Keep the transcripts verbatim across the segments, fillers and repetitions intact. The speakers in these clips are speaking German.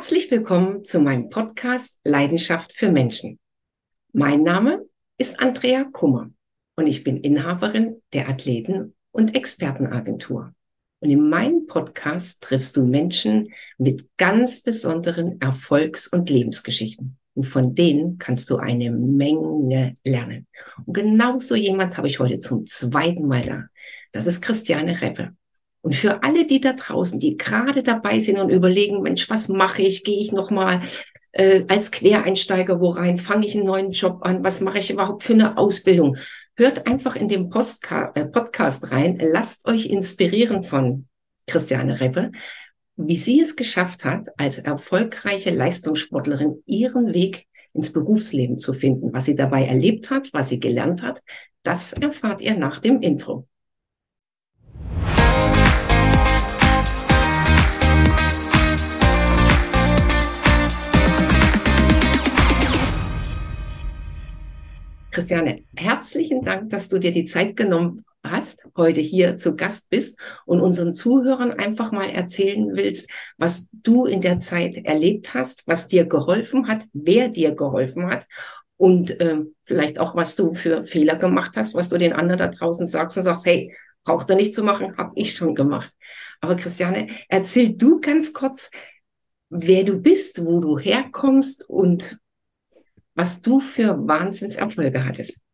Herzlich willkommen zu meinem Podcast Leidenschaft für Menschen. Mein Name ist Andrea Kummer und ich bin Inhaberin der Athleten- und Expertenagentur. Und in meinem Podcast triffst du Menschen mit ganz besonderen Erfolgs- und Lebensgeschichten. Und von denen kannst du eine Menge lernen. Und genau so jemand habe ich heute zum zweiten Mal da. Das ist Christiane Reppe. Und für alle die da draußen, die gerade dabei sind und überlegen, Mensch, was mache ich? Gehe ich nochmal äh, als Quereinsteiger wo rein? Fange ich einen neuen Job an? Was mache ich überhaupt für eine Ausbildung? Hört einfach in den Postka äh, Podcast rein. Lasst euch inspirieren von Christiane Reppe, wie sie es geschafft hat, als erfolgreiche Leistungssportlerin ihren Weg ins Berufsleben zu finden. Was sie dabei erlebt hat, was sie gelernt hat, das erfahrt ihr nach dem Intro. Christiane, herzlichen Dank, dass du dir die Zeit genommen hast, heute hier zu Gast bist und unseren Zuhörern einfach mal erzählen willst, was du in der Zeit erlebt hast, was dir geholfen hat, wer dir geholfen hat und äh, vielleicht auch, was du für Fehler gemacht hast, was du den anderen da draußen sagst und sagst, hey, braucht er nicht zu machen, habe ich schon gemacht. Aber Christiane, erzähl du ganz kurz, wer du bist, wo du herkommst und was du für Wahnsinnserfolge hattest.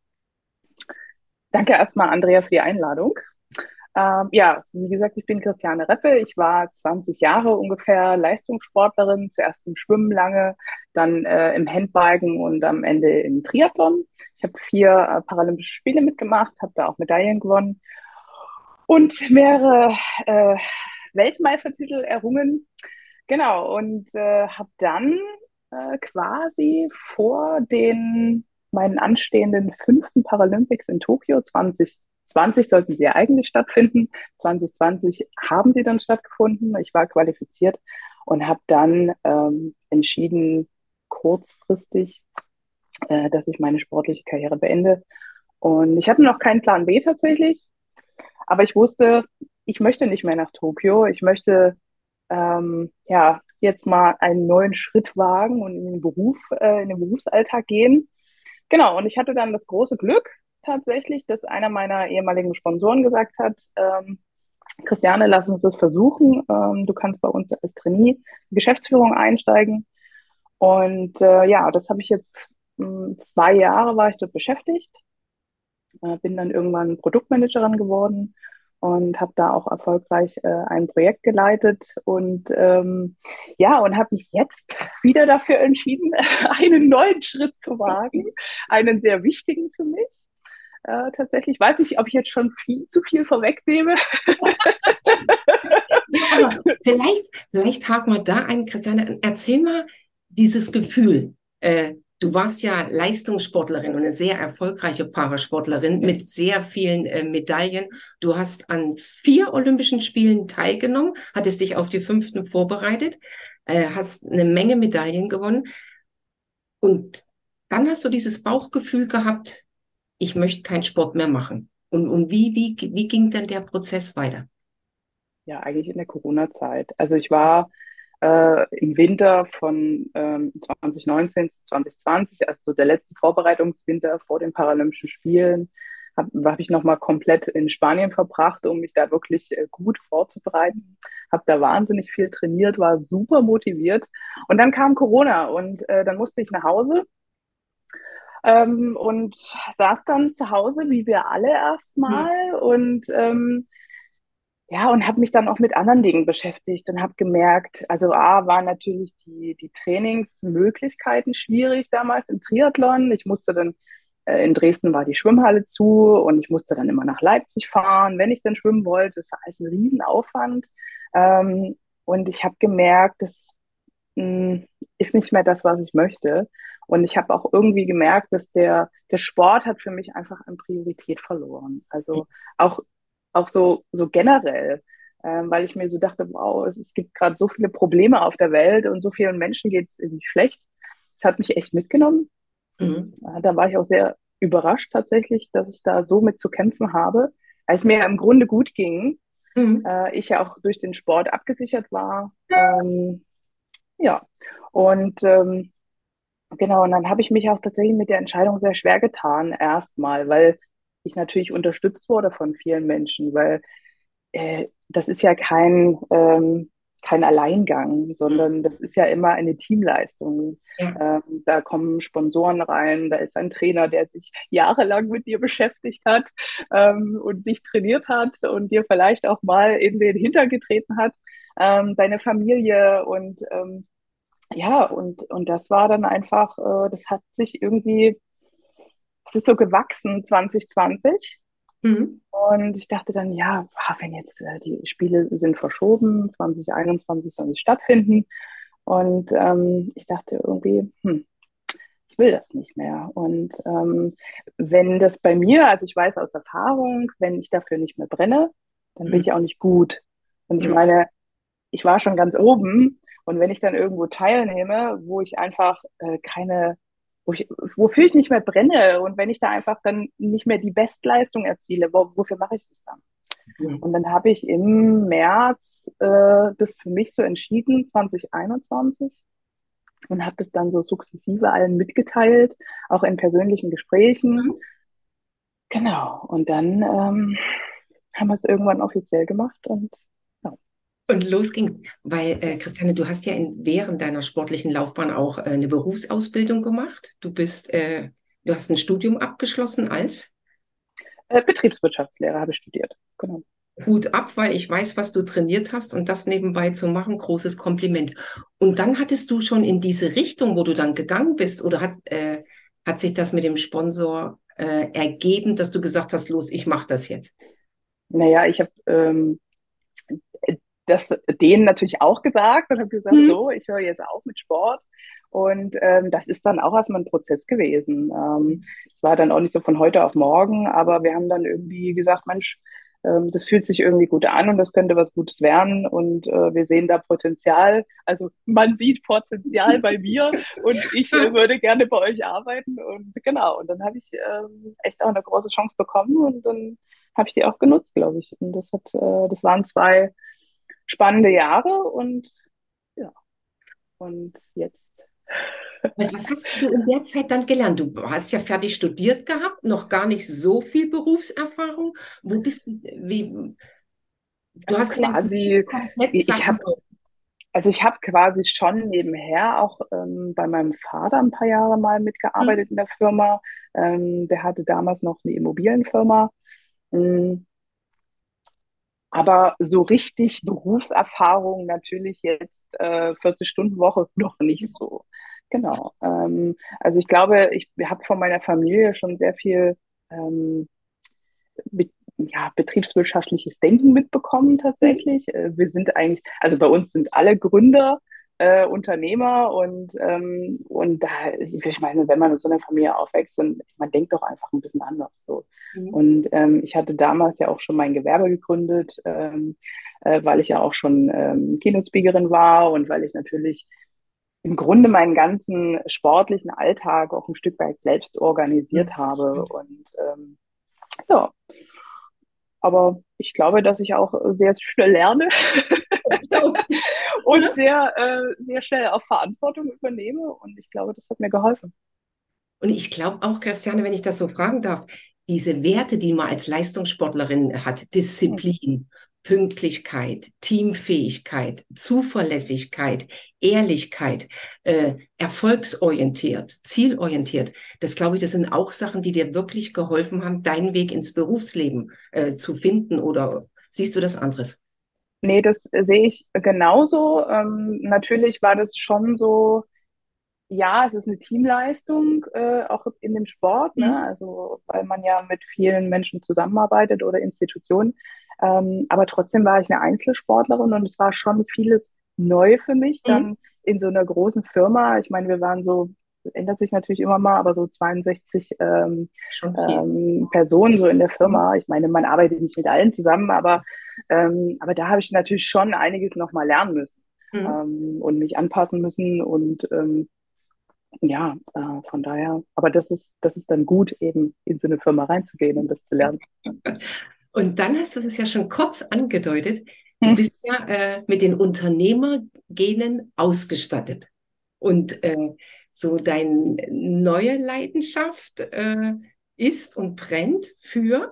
Danke erstmal, Andrea, für die Einladung. Ähm, ja, wie gesagt, ich bin Christiane Reppe. Ich war zwanzig Jahre ungefähr Leistungssportlerin, zuerst im Schwimmen lange, dann äh, im Handbiken und am Ende im Triathlon. Ich habe vier äh, Paralympische Spiele mitgemacht, habe da auch Medaillen gewonnen und mehrere äh, Weltmeistertitel errungen. Genau, und äh, habe dann äh, quasi vor den meinen anstehenden fünften Paralympics in Tokio zwanzig zwanzig sollten sie ja eigentlich stattfinden. zwanzig zwanzig haben sie dann stattgefunden. Ich war qualifiziert und habe dann ähm, entschieden, kurzfristig, äh, dass ich meine sportliche Karriere beende. Und ich hatte noch keinen Plan B tatsächlich, aber ich wusste, ich möchte nicht mehr nach Tokio. Ich möchte ähm, ja jetzt mal einen neuen Schritt wagen und in den Beruf, äh, in den Berufsalltag gehen. Genau, und ich hatte dann das große Glück tatsächlich, dass einer meiner ehemaligen Sponsoren gesagt hat, ähm, Christiane, lass uns das versuchen. Ähm, du kannst bei uns als Trainee in die Geschäftsführung einsteigen. Und äh, ja, das habe ich jetzt mh, zwei Jahre war ich dort beschäftigt, äh, bin dann irgendwann Produktmanagerin geworden und habe da auch erfolgreich äh, ein Projekt geleitet und ähm, ja, und habe mich jetzt wieder dafür entschieden, einen neuen Schritt zu wagen, einen sehr wichtigen für mich. Äh, tatsächlich weiß ich, ob ich jetzt schon viel zu viel vorwegnehme. Ja, aber vielleicht, vielleicht haken wir da ein, Christiane, erzähl mal dieses Gefühl. Äh, du warst ja Leistungssportlerin und eine sehr erfolgreiche Parasportlerin mit sehr vielen äh, Medaillen. Du hast an vier Olympischen Spielen teilgenommen, hattest dich auf die fünften vorbereitet, äh, hast eine Menge Medaillen gewonnen und dann hast du dieses Bauchgefühl gehabt, ich möchte keinen Sport mehr machen. Und, und wie, wie, wie ging dann der Prozess weiter? Ja, eigentlich in der Corona-Zeit. Also ich war äh, im Winter von ähm, zwanzig neunzehn zu zwanzig zwanzig, also so der letzte Vorbereitungswinter vor den Paralympischen Spielen, habe hab ich nochmal komplett in Spanien verbracht, um mich da wirklich äh, gut vorzubereiten. Habe da wahnsinnig viel trainiert, war super motiviert. Und dann kam Corona und äh, dann musste ich nach Hause ähm, und saß dann zu Hause, wie wir alle Hm. erstmal. Und ähm, ja, und habe mich dann auch mit anderen Dingen beschäftigt und habe gemerkt, also A, waren natürlich die, die Trainingsmöglichkeiten schwierig damals im Triathlon. Ich musste dann, äh, in Dresden war die Schwimmhalle zu und ich musste dann immer nach Leipzig fahren, wenn ich dann schwimmen wollte. Das war alles ein Riesenaufwand. Ähm, und ich habe gemerkt, das mh, ist nicht mehr das, was ich möchte. Und ich habe auch irgendwie gemerkt, dass der, der Sport hat für mich einfach an Priorität verloren. Also auch auch so, so generell, ähm, weil ich mir so dachte, wow, es, es gibt gerade so viele Probleme auf der Welt und so vielen Menschen geht es irgendwie schlecht. Das hat mich echt mitgenommen. Mhm. Äh, da war ich auch sehr überrascht tatsächlich, dass ich da so mit zu kämpfen habe, als mir im Grunde gut ging. Mhm. Äh, ich ja auch durch den Sport abgesichert war. Ähm, Ja, und ähm, genau, und dann habe ich mich auch tatsächlich mit der Entscheidung sehr schwer getan, erstmal, weil ich natürlich unterstützt wurde von vielen Menschen, weil äh, das ist ja kein, ähm, kein Alleingang, Mhm. sondern das ist ja immer eine Teamleistung. Ja. Ähm, da kommen Sponsoren rein, da ist ein Trainer, der sich jahrelang mit dir beschäftigt hat ähm, und dich trainiert hat und dir vielleicht auch mal in den Hintern getreten hat, ähm, deine Familie und ähm, ja, und, und das war dann einfach, äh, das hat sich irgendwie, es ist so gewachsen zwanzig zwanzig. Mhm. Und ich dachte dann, ja, wenn jetzt äh, die Spiele sind verschoben, zwanzig einundzwanzig sollen sie stattfinden. Und ähm, ich dachte irgendwie, hm, ich will das nicht mehr. Und ähm, wenn das bei mir, also ich weiß aus Erfahrung, wenn ich dafür nicht mehr brenne, dann bin Mhm. ich auch nicht gut. Und ich Mhm. meine, ich war schon ganz oben und wenn ich dann irgendwo teilnehme, wo ich einfach äh, keine, wo ich, wofür ich nicht mehr brenne und wenn ich da einfach dann nicht mehr die Bestleistung erziele, wo, wofür mache ich das dann? Mhm. Und dann habe ich im März äh, das für mich so entschieden, zwanzig einundzwanzig, und habe das dann so sukzessive allen mitgeteilt, auch in persönlichen Gesprächen. Mhm. Genau. Und dann ähm, haben wir es irgendwann offiziell gemacht und ja. Und los ging's. Weil, äh, Christiane, du hast ja in, während deiner sportlichen Laufbahn auch äh, eine Berufsausbildung gemacht. Du bist, äh, du hast ein Studium abgeschlossen als Äh, Betriebswirtschaftslehre habe ich studiert. Genau. Hut ab, weil ich weiß, was du trainiert hast und das nebenbei zu machen, großes Kompliment. Und dann hattest du schon in diese Richtung, wo du dann gegangen bist, oder hat, äh, hat sich das mit dem Sponsor äh, ergeben, dass du gesagt hast, los, ich mache das jetzt? Naja, ich habe ähm, das denen natürlich auch gesagt und habe gesagt, Mhm. so, ich höre jetzt auf mit Sport. Und ähm, das ist dann auch erstmal ein Prozess gewesen. Ähm, ich war dann auch nicht so von heute auf morgen, aber wir haben dann irgendwie gesagt, Mensch, ähm, das fühlt sich irgendwie gut an und das könnte was Gutes werden und äh, wir sehen da Potenzial. Also man sieht Potenzial bei mir und ich äh, würde gerne bei euch arbeiten und genau. Und dann habe ich ähm, echt auch eine große Chance bekommen und dann habe ich die auch genutzt, glaube ich. Und das hat, äh, das waren zwei spannende Jahre und ja, und jetzt. Was, was hast du in der Zeit dann gelernt? Du hast ja fertig studiert gehabt, noch gar nicht so viel Berufserfahrung. Wo bist du, wie, du hast in deinem Profil Quasi, komplett ich habe Sachen. also ich habe quasi schon nebenher auch ähm, bei meinem Vater ein paar Jahre mal Hm, mitgearbeitet in der Firma. Ähm, der hatte damals noch eine Immobilienfirma. Mm, aber so richtig Berufserfahrung natürlich jetzt äh, vierzig-Stunden-Woche noch nicht so. Genau. Ähm, also ich glaube, ich habe von meiner Familie schon sehr viel ähm, mit, ja, betriebswirtschaftliches Denken mitbekommen hm, tatsächlich. Äh, Wir sind eigentlich, also bei uns sind alle Gründer, äh, Unternehmer und, ähm, und da, ich meine, wenn man in so einer Familie aufwächst, dann man denkt doch einfach ein bisschen anders so. hm, Und ähm, ich hatte damals ja auch schon mein Gewerbe gegründet, ähm, äh, weil ich ja auch schon ähm, Keynote-Speakerin war und weil ich natürlich im Grunde meinen ganzen sportlichen Alltag auch ein Stück weit selbst organisiert hm. habe. Und ähm, ja, aber ich glaube, dass ich auch sehr schnell lerne Das glaub ich. und sehr, äh, sehr schnell auch Verantwortung übernehme. Und ich glaube, das hat mir geholfen. Und ich glaube auch, Christiane, wenn ich das so fragen darf, diese Werte, die man als Leistungssportlerin hat, Hm. Disziplin, Pünktlichkeit, Teamfähigkeit, Zuverlässigkeit, Ehrlichkeit, äh, erfolgsorientiert, zielorientiert, das glaube ich, das sind auch Sachen, die dir wirklich geholfen haben, deinen Weg ins Berufsleben äh, zu finden. Oder siehst du das anderes? Nee, das sehe ich genauso. Ähm, natürlich war das schon so, ja, es ist eine Teamleistung, äh, auch in dem Sport, ne? Mhm. Also, weil man ja mit vielen Menschen zusammenarbeitet oder Institutionen. Ähm, aber trotzdem war ich eine Einzelsportlerin und es war schon vieles neu für mich, Mhm. dann in so einer großen Firma. Ich meine, wir waren so, das ändert sich natürlich immer mal, aber so zweiundsechzig ähm, Schon viel. ähm, Personen so in der Mhm. Firma. Ich meine, man arbeitet nicht mit allen zusammen, aber, ähm, aber da habe ich natürlich schon einiges nochmal lernen müssen Mhm. ähm, und mich anpassen müssen und ähm, ja, äh, von daher, aber das ist, das ist dann gut, eben in so eine Firma reinzugehen und das zu lernen. Und dann hast du es ja schon kurz angedeutet, du Hm. bist ja äh, mit den Unternehmer Genen ausgestattet. Und äh, so deine neue Leidenschaft äh, ist und brennt für,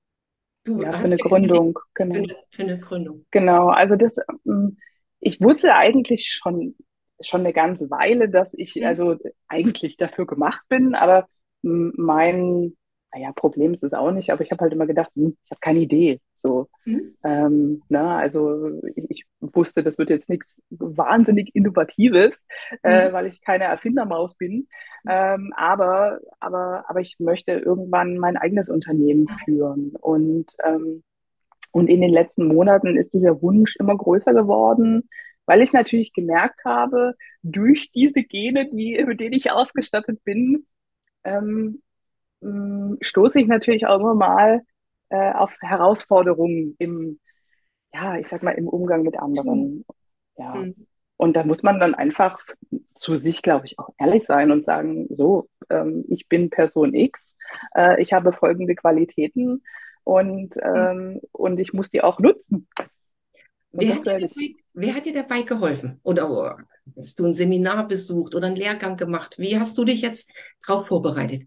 du Ja, für hast eine ja gesagt, Gründung, für genau. eine, für eine Gründung. Genau, also das, ähm, ich wusste eigentlich schon, schon eine ganze Weile, dass ich Hm? also eigentlich dafür gemacht bin, aber ähm, mein, naja, Problem ist es auch nicht, aber ich habe halt immer gedacht, hm, ich habe keine Idee. So, Hm? ähm, na, also ich, ich wusste, das wird jetzt nichts wahnsinnig Innovatives, äh, Hm? weil ich keine Erfindermaus bin. Ähm, aber, aber, aber ich möchte irgendwann mein eigenes Unternehmen führen. Und ähm, und in den letzten Monaten ist dieser Wunsch immer größer geworden, weil ich natürlich gemerkt habe, durch diese Gene, die, mit denen ich ausgestattet bin, ähm, mh, stoße ich natürlich auch immer mal äh, auf Herausforderungen im, ja, ich sag mal, im Umgang mit Hm? anderen. Ja. Hm? Und da muss man dann einfach zu sich, glaube ich, auch ehrlich sein und sagen, so, ähm, ich bin Person X, äh, ich habe folgende Qualitäten und, Hm? ähm, und ich muss die auch nutzen. Und Wer das hat dir werde ich. dabei, wer hat dir dabei geholfen? Oder oh, hast du ein Seminar besucht oder einen Lehrgang gemacht? Wie hast du dich jetzt darauf vorbereitet?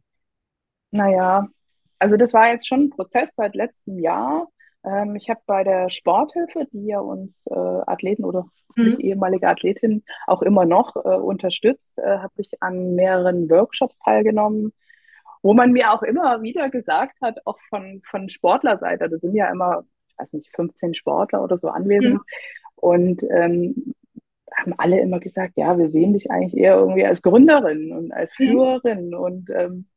Naja, also das war jetzt schon ein Prozess seit letztem Jahr. Ähm, ich habe bei der Sporthilfe, die ja uns äh, Athleten oder mich Hm? ehemalige Athletin auch immer noch äh, unterstützt, äh, habe ich an mehreren Workshops teilgenommen, wo man mir auch immer wieder gesagt hat, auch von, von Sportlerseite, da sind ja immer, ich weiß nicht, fünfzehn Sportler oder so Hm? anwesend und ähm, haben alle immer gesagt, ja, wir sehen dich eigentlich eher irgendwie als Gründerin und als Hm? Führerin und ähm,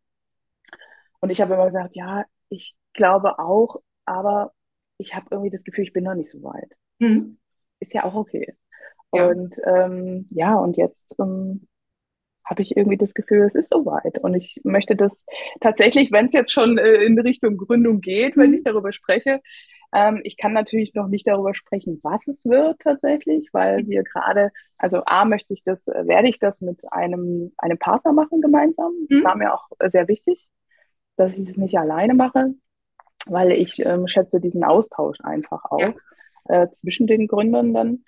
und ich habe immer gesagt, ja, ich glaube auch, aber ich habe irgendwie das Gefühl, ich bin noch nicht so weit. Hm? Ist ja auch okay. Ja. Und ähm, ja, und jetzt ähm, habe ich irgendwie das Gefühl, es ist soweit. Und ich möchte das tatsächlich, wenn es jetzt schon äh, in Richtung Gründung geht, wenn ich Hm? darüber spreche, ähm, ich kann natürlich noch nicht darüber sprechen, was es wird tatsächlich, weil wir gerade, also A, möchte ich das, äh, werde ich das mit einem, einem Partner machen gemeinsam. Das war Hm? mir auch äh, sehr wichtig, dass ich es nicht alleine mache, weil ich ähm, schätze diesen Austausch einfach Ja. auch äh, zwischen den Gründern dann.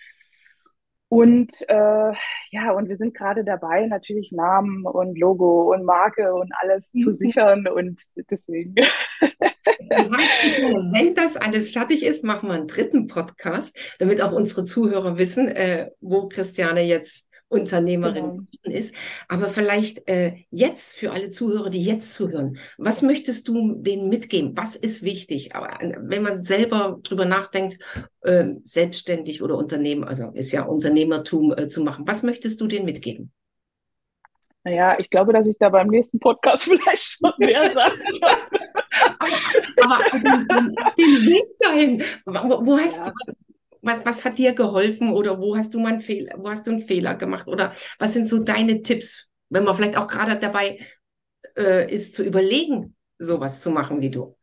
Und äh, ja, und wir sind gerade dabei, natürlich Namen und Logo und Marke und alles zu Hm? sichern und deswegen. Das heißt, wenn das alles fertig ist, machen wir einen dritten Podcast, damit auch unsere Zuhörer wissen, äh, wo Christiane jetzt Unternehmerin Genau. ist. Aber vielleicht äh, jetzt für alle Zuhörer, die jetzt zuhören, was möchtest du denen mitgeben? Was ist wichtig? Aber äh, wenn man selber drüber nachdenkt, äh, selbstständig oder Unternehmen, also ist ja Unternehmertum äh, zu machen, was möchtest du denen mitgeben? Naja, ich glaube, dass ich da beim nächsten Podcast vielleicht schon mehr sagen kann. Aber, aber den, den, auf den Weg dahin, wo, wo hast du, Ja, was, was hat dir geholfen oder wo hast du mal einen Fehler, wo hast du einen Fehler gemacht oder was sind so deine Tipps, wenn man vielleicht auch gerade dabei äh, ist zu überlegen, sowas zu machen wie du?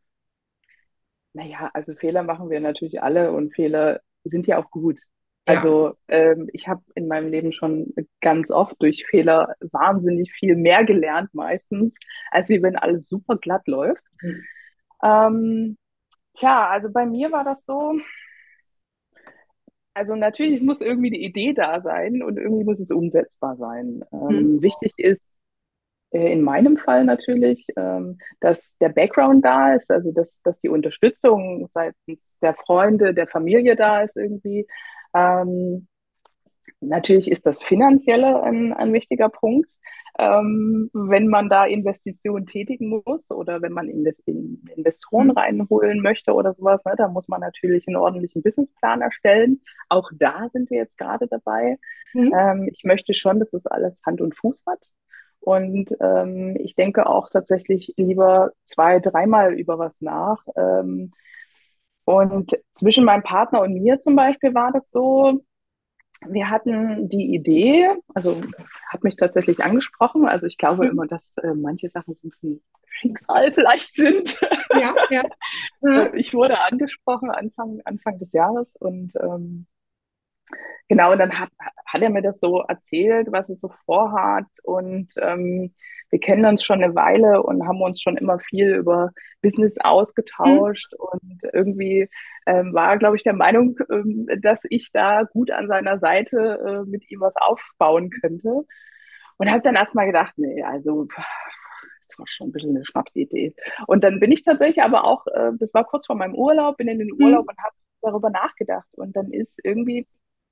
naja, also Fehler machen wir natürlich alle und Fehler sind ja auch gut. Ja. Also ähm, ich habe in meinem Leben schon ganz oft durch Fehler wahnsinnig viel mehr gelernt meistens, als wie wenn alles super glatt läuft. Ähm, tja, also bei mir war das so, also natürlich muss irgendwie die Idee da sein und irgendwie muss es umsetzbar sein. Hm, Ähm, wichtig ist äh, in meinem Fall natürlich, ähm, dass der Background da ist, also dass, dass die Unterstützung seitens der Freunde, der Familie da ist irgendwie. Ähm, Natürlich ist das Finanzielle ein, ein wichtiger Punkt, ähm, wenn man da Investitionen tätigen muss oder wenn man Invest in Investoren hm, reinholen möchte oder sowas, ne, da muss man natürlich einen ordentlichen Businessplan erstellen. Auch da sind wir jetzt gerade dabei. hm, Ähm, ich möchte schon, dass das alles Hand und Fuß hat. Und ähm, ich denke auch tatsächlich lieber zwei, dreimal über was nach. Ähm, und zwischen meinem Partner und mir zum Beispiel war das so, wir hatten die Idee, also hat mich tatsächlich angesprochen. Also ich glaube hm, immer, dass äh, manche Sachen so ein bisschen Schicksal vielleicht sind. ja, ja. Äh, Hm, ich wurde angesprochen Anfang, Anfang des Jahres und ähm, genau, und dann hat, hat er mir das so erzählt, was er so vorhat. Und ähm, wir kennen uns schon eine Weile und haben uns schon immer viel über Business hm, ausgetauscht. Und irgendwie ähm, war, glaube ich, der Meinung, ähm, dass ich da gut an seiner Seite äh, mit ihm was aufbauen könnte. Und habe dann erstmal gedacht, nee, also das war schon ein bisschen eine Schnapsidee. Und dann bin ich tatsächlich aber auch, äh, das war kurz vor meinem Urlaub, bin in den Urlaub Mhm. und habe darüber nachgedacht. Und dann ist irgendwie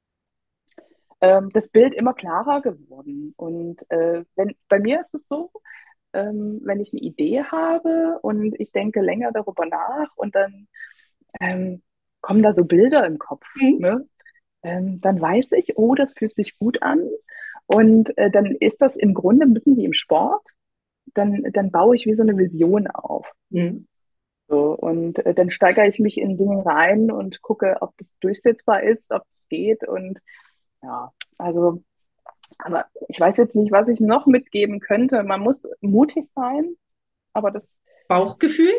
ähm, das Bild immer klarer geworden. Und äh, wenn, bei mir ist es so, ähm, wenn ich eine Idee habe und ich denke länger darüber nach und dann ähm, kommen da so Bilder im Kopf, Mhm. ne? Ähm, dann weiß ich, oh, das fühlt sich gut an. Und äh, dann ist das im Grunde ein bisschen wie im Sport. Dann, dann baue ich wie so eine Vision auf. Mhm. So, und äh, dann steigere ich mich in Dinge rein und gucke, ob das durchsetzbar ist, ob es geht. Und ja, also, aber ich weiß jetzt nicht, was ich noch mitgeben könnte. Man muss mutig sein, aber das Bauchgefühl?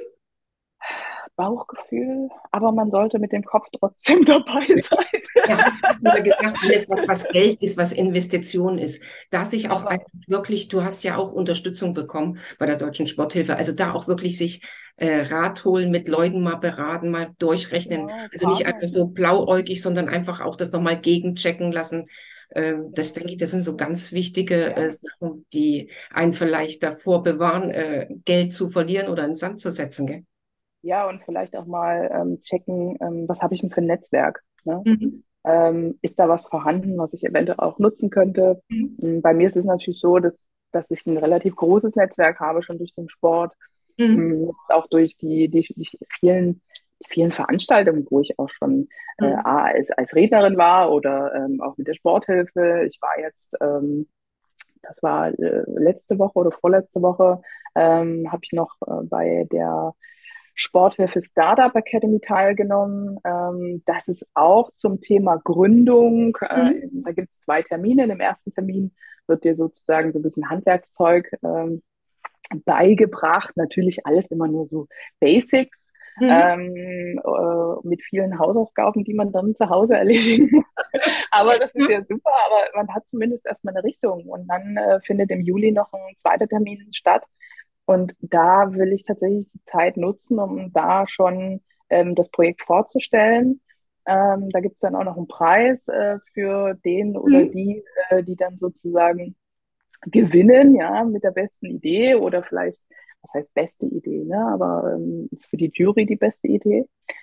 Bauchgefühl, aber man sollte mit dem Kopf trotzdem dabei sein. Ja, hast du ja gesagt, alles, was, was Geld ist, was Investition ist, da sich auch Aber einfach wirklich, du hast ja auch Unterstützung bekommen bei der Deutschen Sporthilfe, also da auch wirklich sich äh, Rat holen, mit Leuten mal beraten, mal durchrechnen, genau, also nicht Partner. einfach so blauäugig, sondern einfach auch das nochmal gegenchecken lassen. Ähm, das denke ich, das sind so ganz wichtige äh, Ja. Sachen, die einen vielleicht davor bewahren, äh, Geld zu verlieren oder in den Sand zu setzen, gell? Ja, und vielleicht auch mal ähm, checken, ähm, was habe ich denn für ein Netzwerk? Ne? Mhm. Ähm, ist da was vorhanden, was ich eventuell auch nutzen könnte? Mhm. Ähm, Bei mir ist es natürlich so, dass, dass ich ein relativ großes Netzwerk habe, schon durch den Sport, Mhm. ähm, auch durch die, die, die vielen, die vielen Veranstaltungen, wo ich auch schon äh, Mhm. als, als Rednerin war oder ähm, auch mit der Sporthilfe. Ich war jetzt, ähm, das war äh, letzte Woche oder vorletzte Woche, ähm, habe ich noch äh, bei der Sporthilfe Startup Academy teilgenommen. Ähm, das ist auch zum Thema Gründung. Mhm. Äh, da gibt es zwei Termine. Im ersten Termin wird dir sozusagen so ein bisschen Handwerkszeug ähm, beigebracht. Natürlich alles immer nur so Basics. Mhm. Ähm, äh, mit vielen Hausaufgaben, die man dann zu Hause erledigen muss. Aber das ist Ja. ja super, aber man hat zumindest erstmal eine Richtung. Und dann äh, findet im Juli noch ein zweiter Termin statt. Und da will ich tatsächlich die Zeit nutzen, um da schon ähm, das Projekt vorzustellen. Ähm, da gibt es dann auch noch einen Preis äh, für den oder Mhm. die, äh, die dann sozusagen gewinnen, ja, mit der besten Idee oder vielleicht, was heißt beste Idee, ne? Aber ähm, für die Jury die beste Idee.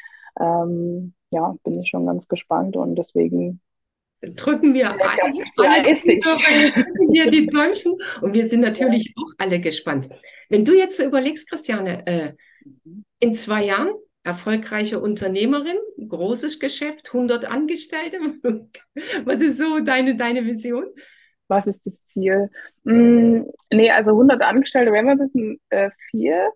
Ähm, ja, bin ich schon ganz gespannt und deswegen Drücken wir bin ich alle, ganz alle fleißig. Zuhörer jetzt drücken hier die Däumchen und wir sind Ja. natürlich auch alle gespannt. Wenn du jetzt so überlegst, Christiane, äh, in zwei Jahren erfolgreiche Unternehmerin, großes Geschäft, hundert Angestellte, was ist so deine, deine Vision? Was ist das Ziel? Mm, nee, also hundert Angestellte wären wir ein bisschen äh, viel.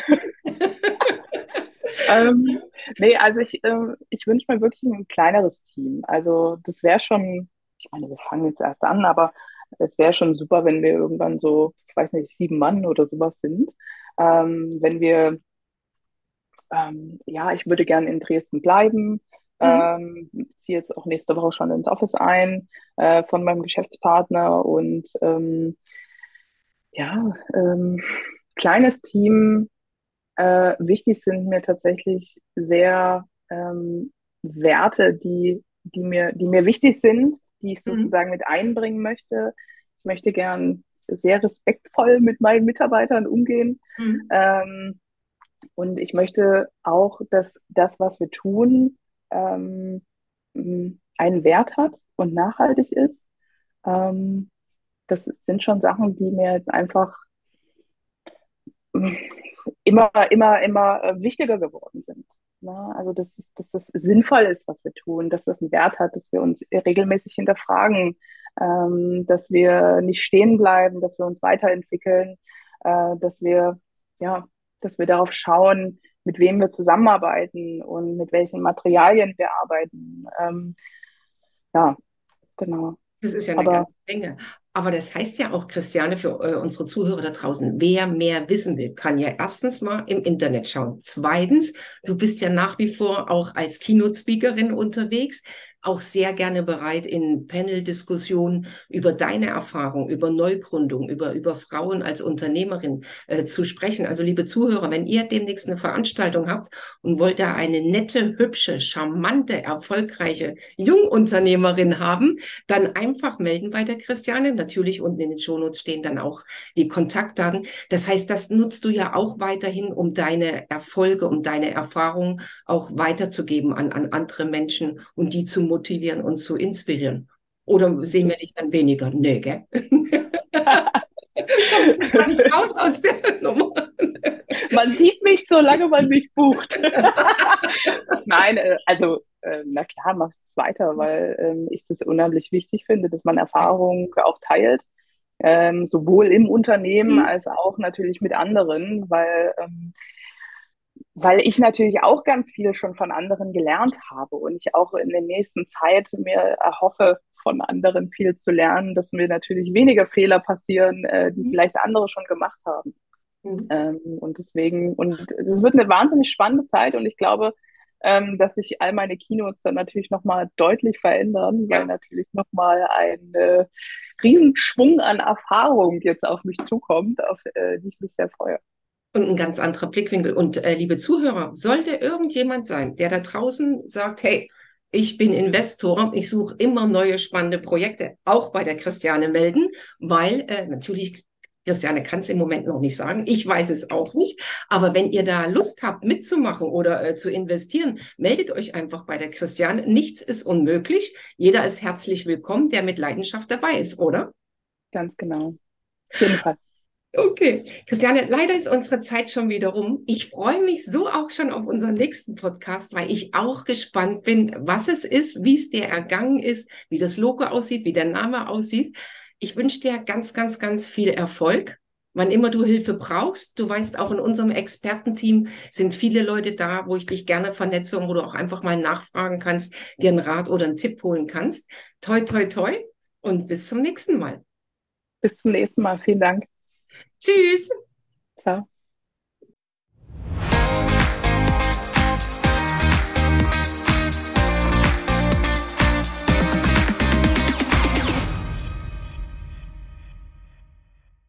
Ähm, nee, also ich, ähm, ich wünsche mir wirklich ein kleineres Team. Also das wäre schon, ich meine, wir fangen jetzt erst an, aber es wäre schon super, wenn wir irgendwann so, ich weiß nicht, sieben Mann oder sowas sind. Ähm, wenn wir, ähm, ja, ich würde gerne in Dresden bleiben. Mhm. Ähm, ziehe jetzt auch nächste Woche schon ins Office ein äh, von meinem Geschäftspartner und ähm, ja, ähm, kleines Team. Äh, wichtig sind mir tatsächlich sehr ähm, Werte, die, die mir, die mir wichtig sind, die ich Mhm. sozusagen mit einbringen möchte. Ich möchte gern sehr respektvoll mit meinen Mitarbeitern umgehen. Mhm. Ähm, und ich möchte auch, dass das, was wir tun, ähm, einen Wert hat und nachhaltig ist. Ähm, das sind schon Sachen, die mir jetzt einfach immer, immer, immer äh, wichtiger geworden sind. Ne? Also, dass, dass das sinnvoll ist, was wir tun, dass das einen Wert hat, dass wir uns regelmäßig hinterfragen, ähm, dass wir nicht stehen bleiben, dass wir uns weiterentwickeln, äh, dass wir, ja, dass wir darauf schauen, mit wem wir zusammenarbeiten und mit welchen Materialien wir arbeiten. Ähm, ja, genau. Das ist ja eine Aber ganze Menge. Aber das heißt ja auch, Christiane, für äh, unsere Zuhörer da draußen, wer mehr wissen will, kann ja erstens mal im Internet schauen. Zweitens, du bist ja nach wie vor auch als Keynote-Speakerin unterwegs. auch sehr gerne bereit, in Panel-Diskussionen über deine Erfahrung, über Neugründung, über, über Frauen als Unternehmerin äh, zu sprechen. Also liebe Zuhörer, wenn ihr demnächst eine Veranstaltung habt und wollt da eine nette, hübsche, charmante, erfolgreiche Jungunternehmerin haben, dann einfach melden bei der Christiane. Natürlich unten in den Shownotes stehen dann auch die Kontaktdaten. Das heißt, das nutzt du ja auch weiterhin, um deine Erfolge, um deine Erfahrungen auch weiterzugeben an, an andere Menschen und die zu motivieren und zu inspirieren. Oder sehen wir dich dann weniger? Nee, gell? Kommst du gar nicht raus aus der Nummer. Man sieht mich, solange man mich bucht. Nein, äh, also äh, na klar, mach es weiter, weil ähm, ich das unheimlich wichtig finde, dass man Erfahrungen auch teilt, ähm, sowohl im Unternehmen Mhm. als auch natürlich mit anderen, weil ähm, weil ich natürlich auch ganz viel schon von anderen gelernt habe und ich auch in der nächsten Zeit mir erhoffe, von anderen viel zu lernen, dass mir natürlich weniger Fehler passieren, äh, die vielleicht andere schon gemacht haben. Mhm. Ähm, und deswegen, und es wird eine wahnsinnig spannende Zeit und ich glaube, ähm, dass sich all meine Keynotes dann natürlich nochmal deutlich verändern, weil Ja. natürlich nochmal ein äh, Riesenschwung an Erfahrung jetzt auf mich zukommt, auf äh, die ich mich sehr freue. Und ein ganz anderer Blickwinkel. Und äh, liebe Zuhörer, sollte irgendjemand sein, der da draußen sagt, hey, ich bin Investor, ich suche immer neue spannende Projekte, auch bei der Christiane melden, weil äh, natürlich, Christiane kann es im Moment noch nicht sagen, ich weiß es auch nicht, aber wenn ihr da Lust habt mitzumachen oder äh, zu investieren, meldet euch einfach bei der Christiane. Nichts ist unmöglich. Jeder ist herzlich willkommen, der mit Leidenschaft dabei ist, oder? Ganz genau. Auf jeden Fall. Okay, Christiane, leider ist unsere Zeit schon wieder rum. Ich freue mich so auch schon auf unseren nächsten Podcast, weil ich auch gespannt bin, was es ist, wie es dir ergangen ist, wie das Logo aussieht, wie der Name aussieht. Ich wünsche dir ganz, ganz, ganz viel Erfolg. Wann immer du Hilfe brauchst, du weißt, auch in unserem Expertenteam sind viele Leute da, wo ich dich gerne vernetze und wo du auch einfach mal nachfragen kannst, dir einen Rat oder einen Tipp holen kannst. Toi, toi, toi und bis zum nächsten Mal. Bis zum nächsten Mal. Vielen Dank. Tschüss. Ciao.